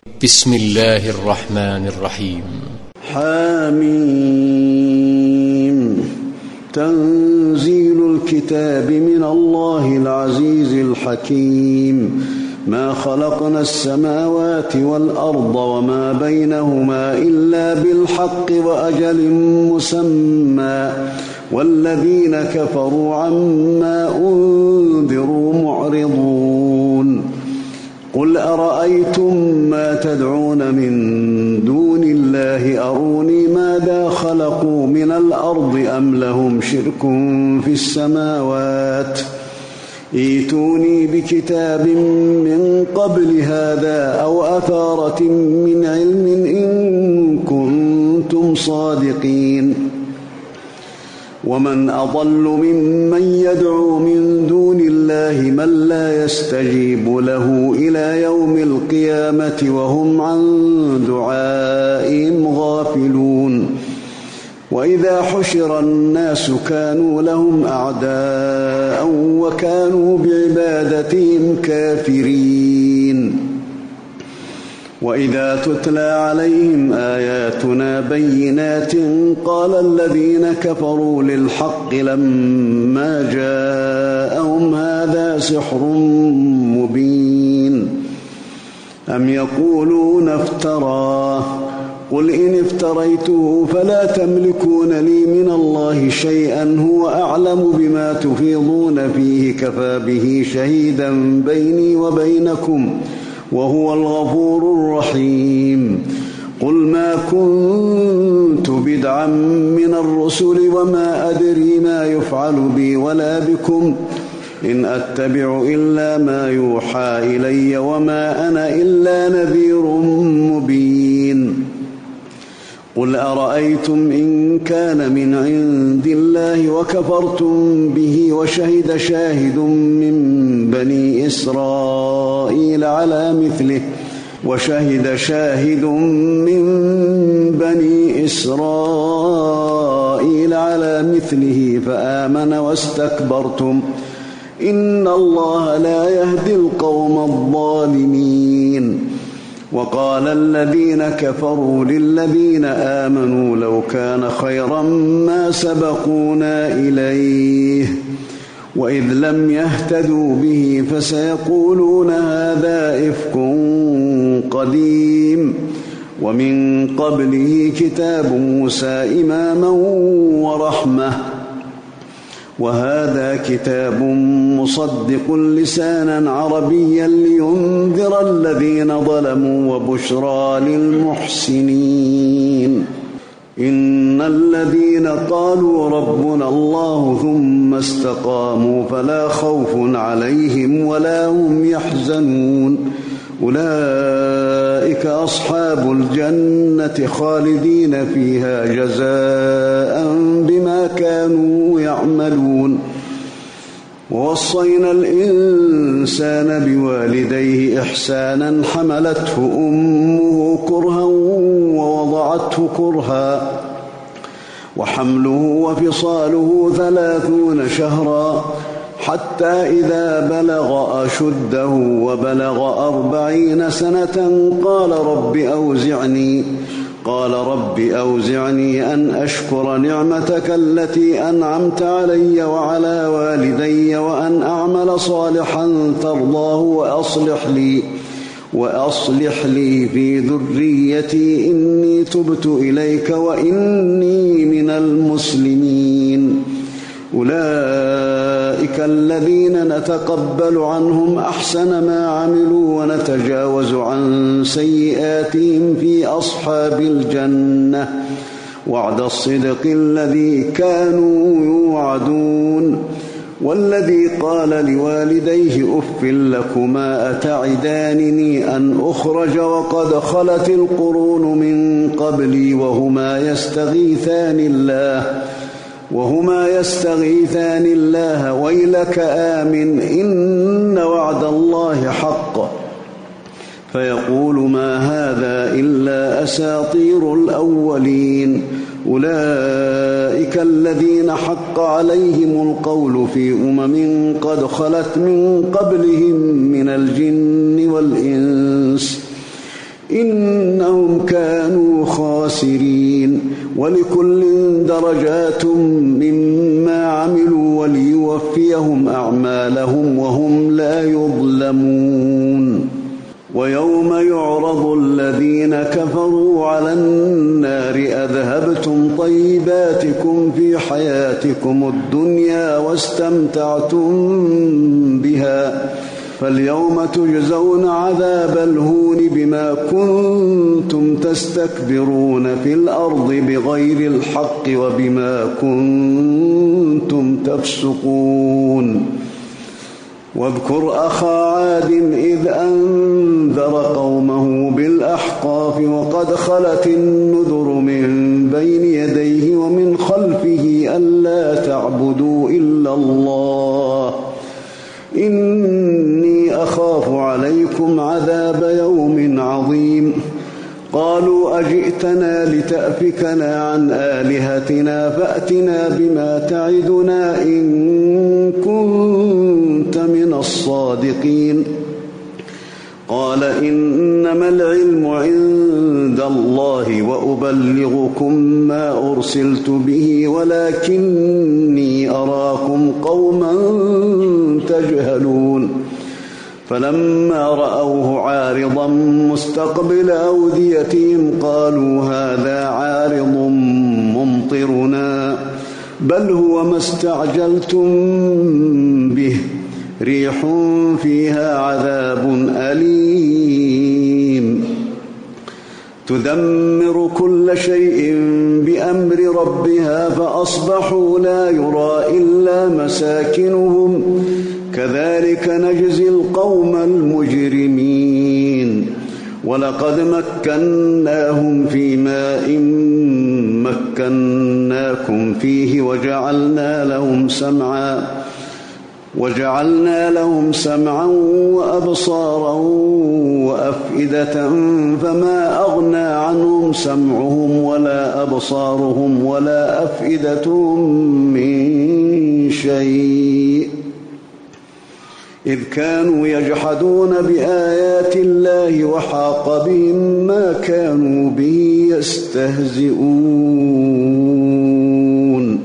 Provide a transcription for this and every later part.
بسم الله الرحمن الرحيم. حاميم. تنزيل الكتاب من الله العزيز الحكيم. ما خلقنا السماوات والأرض وما بينهما إلا بالحق وأجل مسمى، والذين كفروا عما أنذروا معرضون. قل أرأيتم ما تدعون من دون الله أروني ماذا خلقوا من الأرض أم لهم شرك في السماوات، ائتوني بكتاب من قبل هذا أو أثارة من علم إن كنتم صادقين. ومن أضل ممن يدعو من دون الله من لا يستجيب له إلى يوم القيامة وهم عن دعائهم غافلون. وإذا حشر الناس كانوا لهم أعداء وكانوا بعبادتهم كافرين. وإذا تتلى عليهم آياتنا بينات قال الذين كفروا للحق لما جاءهم هذا سحر مبين. أم يقولون افتراه، قل إن افتريته فلا تملكون لي من الله شيئا هو أعلم بما تفيضون فيه كفى به شهيدا بيني وبينكم وهو الغفور الرحيم. قل ما كنت بدعا من الرسل وما أدري ما يفعل بي ولا بكم إن أتبع إلا ما يوحى إلي وما أنا إلا نذير مبين. قل أرأيتم إن كان من عند الله وكفرتم به وشهد شاهد من بني إسرائيل على مثله فآمن واستكبرتم إن الله لا يهدي القوم الظالمين. وقال الذين كفروا للذين آمنوا لو كان خيرا ما سبقونا إليه وإذ لم يهتدوا به فسيقولون هذا إفك قديم. ومن قبله كتاب موسى إماما ورحمة، وهذا كتاب مصدق لسانا عربيا لينذر الذين ظلموا وبشرى للمحسنين. إن الذين قالوا ربنا الله ثم استقاموا فلا خوف عليهم ولا هم يحزنون أولئك أصحاب الجنة خالدين فيها جزاء بما كانوا يعملون. ووصينا الإنسان بوالديه إحسانا حملته أمه كرها ووضعته كرها وحمله وفصاله 30 شهرا حتى إذا بلغ أشده وبلغ 40 سنة قال رب أوزعني أن أشكر نعمتك التي أنعمت علي وعلى والدي وأن أعمل صالحا ترضاه وأصلح لي في ذريتي إني تبت إليك وإني من المسلمين. أولئك الذين نتقبل عنهم أحسن ما عملوا ونتجاوز عن سيئاتهم في أصحاب الجنة وعد الصدق الذي كانوا يوعدون. والذي قال لوالديه أف لكما أتعدانني أن أخرج وقد خلت القرون من قبلي وهما يستغيثان الله ويلك آمن إن وعد الله حق فيقول ما هذا إلا أساطير الأولين. أولئك الذين حق عليهم القول في قد خلت من قبلهم من الجن والإنس إنهم كانوا خاسرين. ولكل درجات مما عملوا وليوفيهم أعمالهم وهم لا يظلمون. ويوم يعرض الذين كفروا على النار أذهبتم طيباتكم في حياتكم الدنيا واستمتعتم بها فاليوم تجزون عذاب الهون بما كنتم تستكبرون في الأرض بغير الحق وبما كنتم تفسقون. واذكر أخا عاد إذ أنذر قومه بالأحقاف وقد خلت النذر من بين يديه ومن خلفه ألا تعبدوا إلا الله إني أخاف عليكم عذاب يوم عظيم. قالوا أجئتنا لتأفكنا عن آلهتنا فأتنا بما تعدنا إن كنت من الصادقين. قال إنما العلم عند الله وأبلغكم ما أرسلت به ولكني أراكم قوما تجهلون. فلما رأوه عارضا مستقبل أوديتهم قالوا هذا عارض ممطرنا بل هو ما استعجلتم به ريح فيها عذاب أليم تدمر كل شيء بأمر ربها فأصبحوا لا يرى إلا مساكنهم كذلك نجزي القوم المجرمين. ولقد مكناهم في ماء مكناكم فيه وجعلنا لهم سمعا وأبصارا وأفئدة فما أغنى عنهم سمعهم ولا أبصارهم ولا أفئدتهم من شيء إذ كانوا يجحدون بآيات الله وحاق بهم ما كانوا به يستهزئون.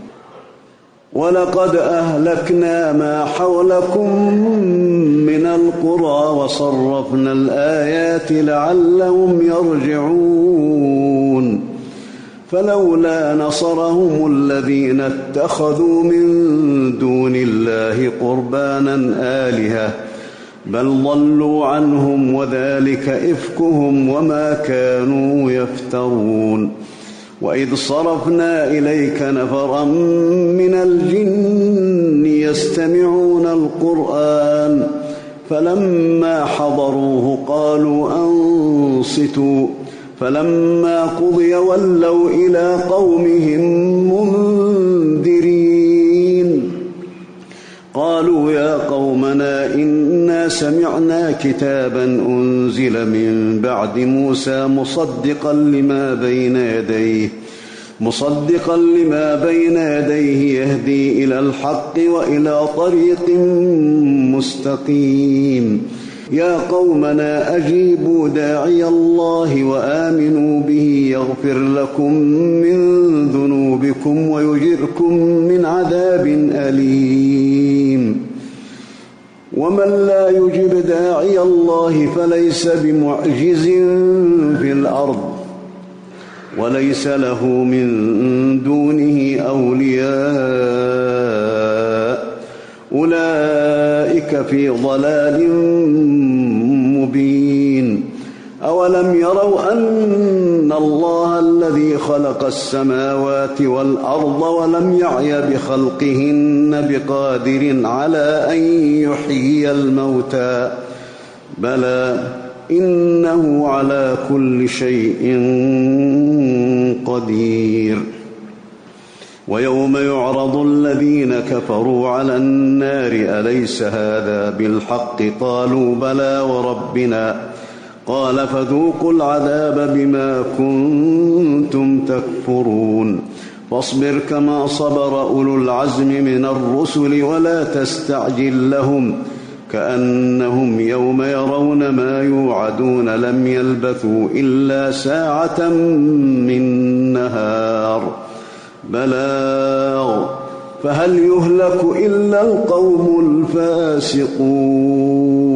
ولقد أهلكنا ما حولكم من القرى وصرفنا الآيات لعلهم يرجعون. فلولا نصرهم الذين اتخذوا من دون الله قربانا آلهة بل ضلوا عنهم وذلك إفكهم وما كانوا يفترون. وإذ صرفنا إليك نفرا من الجن يستمعون القرآن فلما حضروه قالوا أنصتوا فلما قضي ولوا إلى قومهم منذرين. قالوا يا قومنا إنا سمعنا كتابا أنزل من بعد موسى مصدقا لما بين يديه يهدي إلى الحق وإلى طريق مستقيم. يا قومنا أجيبوا داعي الله وآمنوا به يغفر لكم من ذنوبكم ويجركم من عذاب أليم. ومن لا يجب داعي الله فليس بمعجز في الأرض وليس له من دونه أولياء أولئك في ضلال مبين. أولم يروا أن الله الذي خلق السماوات والأرض ولم يعي بخلقهن بقادر على أن يحيي الموتى بلى إنه على كل شيء قدير. ويوم يعرض الذين كفروا على النار أليس هذا بالحق قالوا بلى وربنا قال فذوقوا العذاب بما كنتم تكفرون. فاصبر كما صبر أولو العزم من الرسل ولا تستعجل لهم كأنهم يوم يرون ما يوعدون لم يلبثوا إلا ساعة من نهار بلاغ فهل يهلك إلا القوم الفاسقون